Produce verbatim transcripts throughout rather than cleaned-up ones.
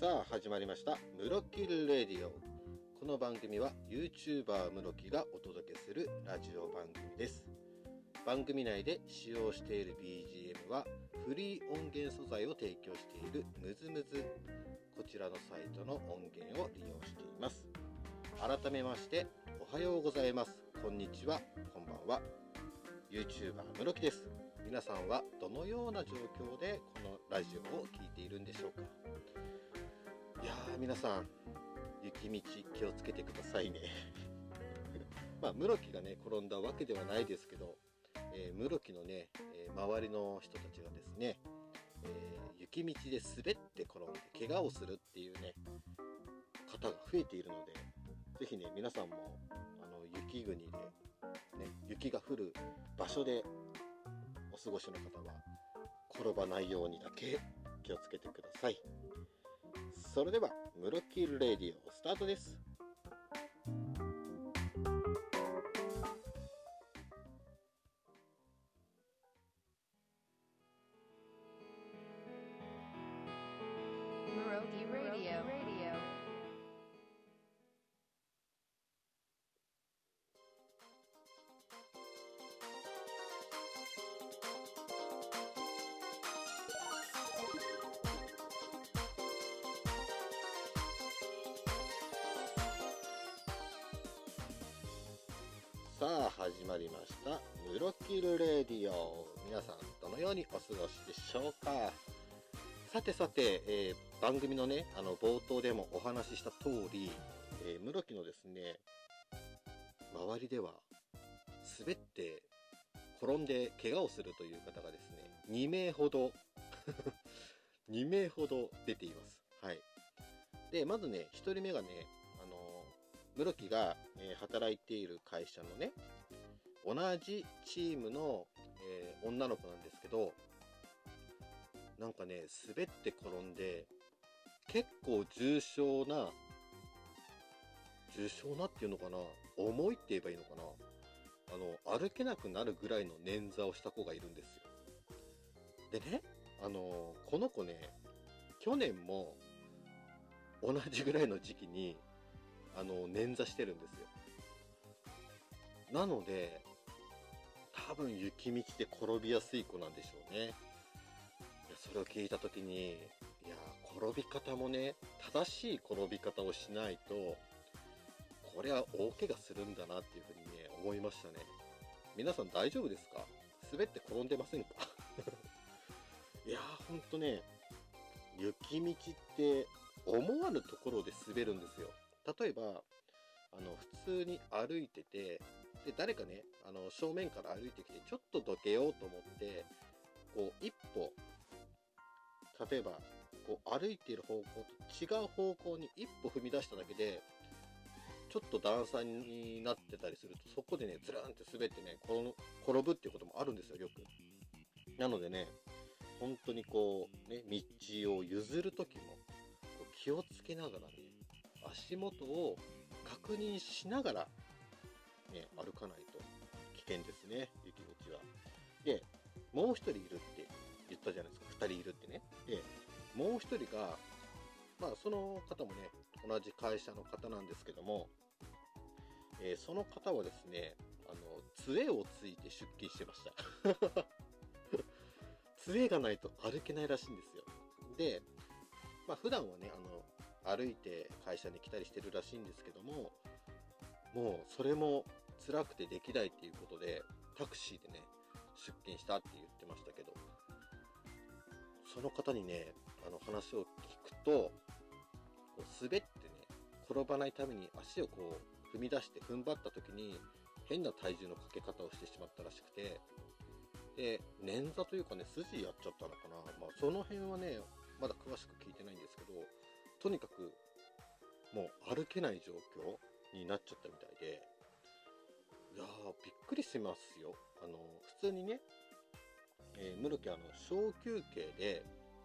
さあ始まりましたムロキルレディオ。この番組は YouTuber ムロキがお届けするラジオ番組です。番組内で使用している ビージーエム はフリー音源素材を提供しているムズムズ、こちらのサイトの音源を利用しています。改めましておはようございます、こんにちは、こんばんは。 YouTuber ムロキです。皆さんはどのような状況でこのラジオを聴いているんでしょうか。いやー、皆さん雪道気をつけてくださいねまあムロキがね転んだわけではないですけど、えー、ムロキのね、えー、周りの人たちがですね、えー、雪道で滑って転んで怪我をするっていうね方が増えているので、ぜひね皆さんもあの雪国でね、雪が降る場所でお過ごしの方は転ばないようにだけ気をつけてください。それではムロキルレディオスタートです。 Muroki Radio. さあ始まりましたムロキルレディオ。皆さんどのようにお過ごしでしょうか。さてさて、えー、番組のねあの冒頭でもお話しした通り、えー、ムロキのですね周りでは滑って転んで怪我をするという方がですねにめいほどにめいほど出ています。はい。でまずねひとりめがねあのムロキが、えー、働いている会社のね同じチームの、えー、女の子なんですけど、なんかね滑って転んで結構重症な重症なっていうのかな、重いって言えばいいのかな、あの歩けなくなるぐらいの捻挫をした子がいるんですよ。でねあのこの子ね去年も同じぐらいの時期にあの捻挫してるんですよ。なので多分雪道で転びやすい子なんでしょうね。いやそれを聞いた時に、いや転び方もね正しい転び方をしないとこれは大怪我するんだなっていうふうにね思いましたね。皆さん大丈夫ですか？滑って転んでませんか？いやーほんとね雪道って思わぬところで滑るんですよ。例えばあの普通に歩いてて、で誰かねあの正面から歩いてきてちょっとどけようと思ってこう一歩、例えばこう歩いている方向と違う方向に一歩踏み出しただけでちょっと段差になってたりすると、そこでねズラーンって滑ってね転転ぶっていうこともあるんですよ、よく。なのでね本当にこうね道を譲る時もこう気をつけながらね足元を確認しながらね歩かないと危険ですね、雪道は。でもう一人いるって言ったじゃないですか、二人いるってね。でもう一人がまあその方もね同じ会社の方なんですけども、えー、その方はですねあの杖をついて出勤してました杖がないと歩けないらしいんですよ。でまあ普段はねあの歩いて会社に来たりしてるらしいんですけども、もうそれも辛くてできないっていうことでタクシーでね出勤したって言ってましたけど、その方にねあの話を聞くと、こう滑ってね転ばないために足をこう踏み出して踏ん張った時に変な体重のかけ方をしてしまったらしくて、で捻挫というかね筋やっちゃったのかな、まあその辺はねまだ詳しく聞いてないんですけど、とにかくもう歩けない状況になっちゃったみたいで、いやーびっくりしますよ。あの普通にね、えー、ムロキあの小休憩で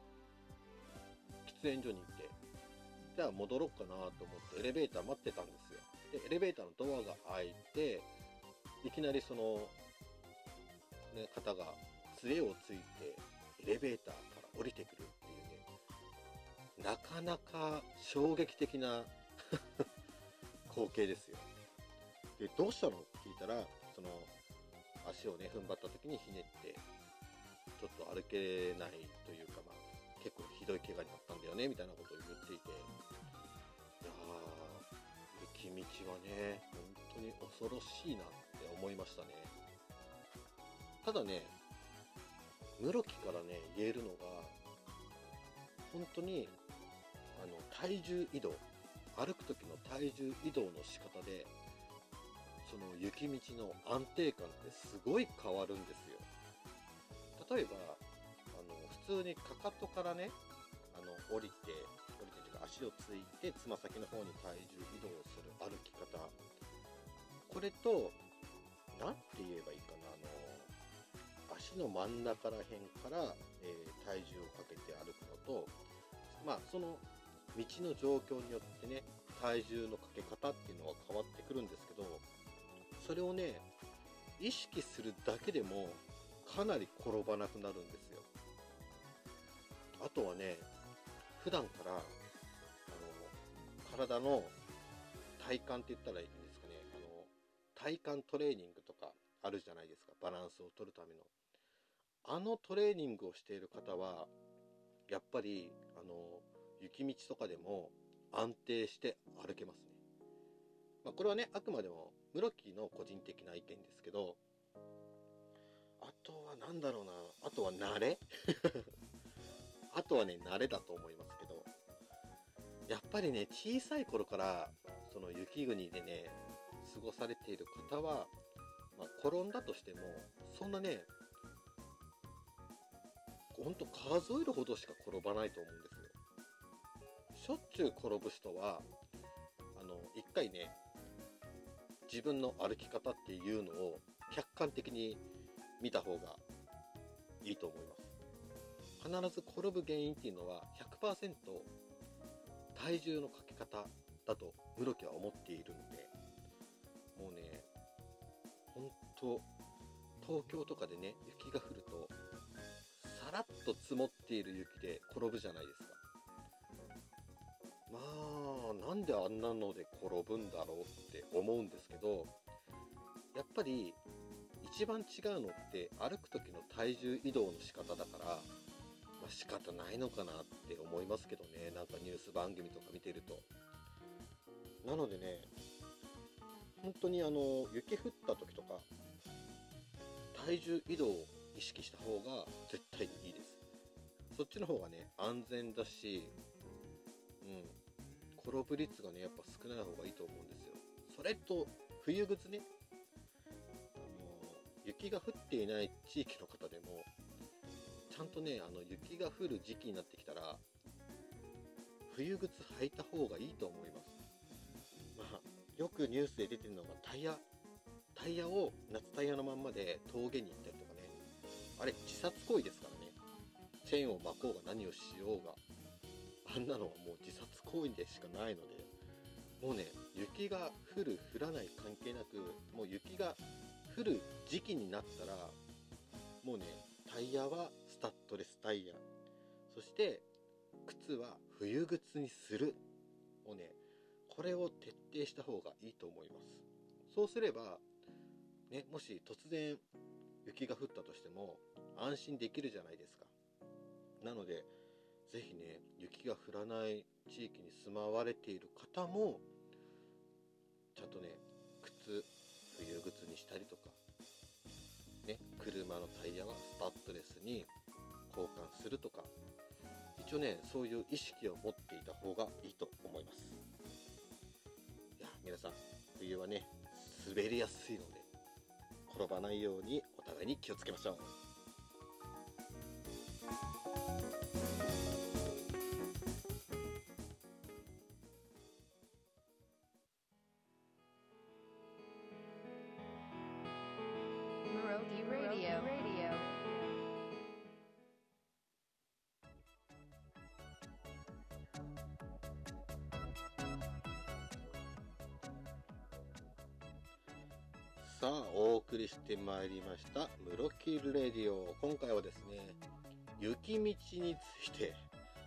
喫煙所に行って、じゃあ戻ろうかなと思ってエレベーター待ってたんですよ。でエレベーターのドアが開いて、いきなりそのね方が杖をついてエレベーターから降りてくるっていうね、 なかなか衝撃的な光景ですよ。で、どうしたのって聞いたら、その、足をね、踏ん張った時にひねって、ちょっと歩けないというか、まあ、結構ひどい怪我になったんだよね、みたいなことを言っていて、いやー、雪道はね、本当に恐ろしいなって思いましたね。ただね、室木からね、言えるのが、本当に、あの、体重移動、歩く時の体重移動の仕方で、その雪道の安定感ってすごい変わるんですよ。例えば、あの、普通にかかとからね、あの、降りて、降りてというか足をついて、つま先の方に体重移動をする歩き方。これと、なんて言えばいいかな、あの、足の真ん中ら辺から、えー、体重をかけて歩くのと、まあ、その道の状況によってね、体重のかけ方っていうのは変わってくるんですけど、それをね、意識するだけでもかなり転ばなくなるんですよ。あとはね、普段からあの体の体幹って言ったらいいんですかね、あの体幹トレーニングとかあるじゃないですか、バランスを取るための。あのトレーニングをしている方はやっぱりあの雪道とかでも安定して歩けますね。まあ、これはね、あくまでも室木の個人的な意見ですけど、あとはなんだろうな、あとは慣れあとはね、慣れだと思いますけど、やっぱりね、小さい頃からその雪国でね、過ごされている方は、まあ、転んだとしても、そんなね、ほんと数えるほどしか転ばないと思うんですよ。しょっちゅう転ぶ人は、あの、一回ね、自分の歩き方っていうのを客観的に見た方がいいと思います。必ず転ぶ原因っていうのは ひゃくパーセント 体重のかけ方だと室木は思っているので、もうね、ほんと東京とかでね、雪が降るとさらっと積もっている雪で転ぶじゃないですか。まあ、なんであんなので転ぶんだろうって思うんですけど、やっぱり一番違うのって歩く時の体重移動の仕方だから、まあ、仕方ないのかなって思いますけどね、なんかニュース番組とか見てると。なのでね、本当にあの雪降った時とか体重移動を意識した方が絶対にいいです。そっちの方がね、安全だし、うん、転ぶ率がね、やっぱ少ない方がいいと思うんですよ。それと冬靴ね、あの雪が降っていない地域の方でもちゃんとね、あの雪が降る時期になってきたら冬靴履いた方がいいと思います。まあ、よくニュースで出てるのがタイヤタイヤを夏タイヤのまんまで峠に行ったりとかね、あれ自殺行為ですからね。チェーンを巻こうが何をしようが、あんなのはもう自殺行為でしかないので、もうね、雪が降る降らない関係なく、もう雪が降る時期になったら、もうね、タイヤはスタッドレスタイヤ、そして靴は冬靴にする。もうね、これを徹底した方がいいと思います。そうすれば、ね、もし突然雪が降ったとしても安心できるじゃないですか。なので、ぜひね、雪が降らない地域に住まわれている方も、ちゃんとね、靴、冬靴にしたりとか、ね、車のタイヤはスタッドレスに交換するとか、一応ね、そういう意識を持っていた方がいいと思います。いや、皆さん、冬はね、滑りやすいので、転ばないようにお互いに気をつけましょう。さあ、お送りしてまいりました室木レディオ。今回はですね、雪道について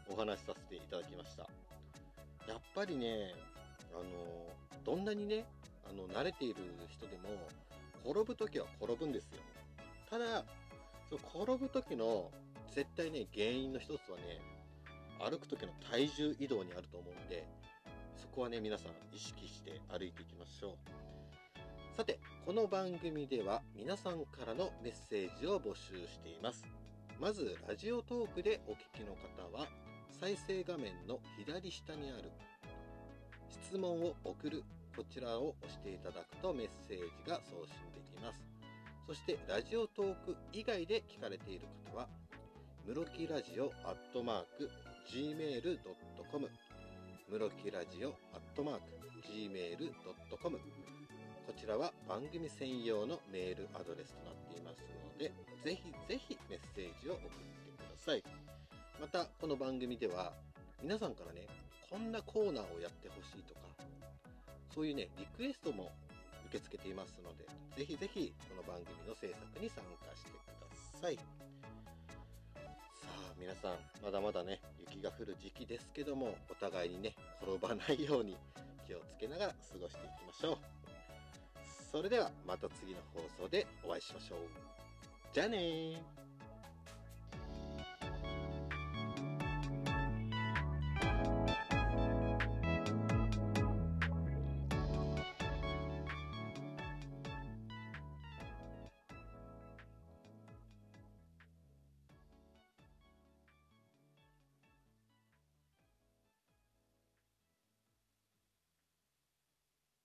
お話しさせていただきました。やっぱりね、あの、どんなにね、あの、慣れている人でも、転ぶときは転ぶんですよ。ただ、その転ぶときの、絶対ね、原因の一つはね、歩くときの体重移動にあると思うんで、そこはね、皆さん意識して歩いていきましょう。さて、この番組では皆さんからのメッセージを募集しています。まず、ラジオトークでお聞きの方は、再生画面の左下にある質問を送る、こちらを押していただくとメッセージが送信できます。そして、ラジオトーク以外で聞かれている方は、ムロキラジオアットマーク ジーメールドットコム ムロキラジオアットマーク ジーメールドットコム、 こちらは番組専用のメールアドレスとなっていますので、ぜひぜひメッセージを送ってください。また、この番組では皆さんからね、こんなコーナーをやってほしいとか、そういうね、リクエストも受け付けていますので、ぜひぜひこの番組の制作に参加してください。さあ皆さん、まだまだね、雪が降る時期ですけども、お互いにね、転ばないように気をつけながら過ごしていきましょう。それではまた次の放送でお会いしましょう。じゃあねー。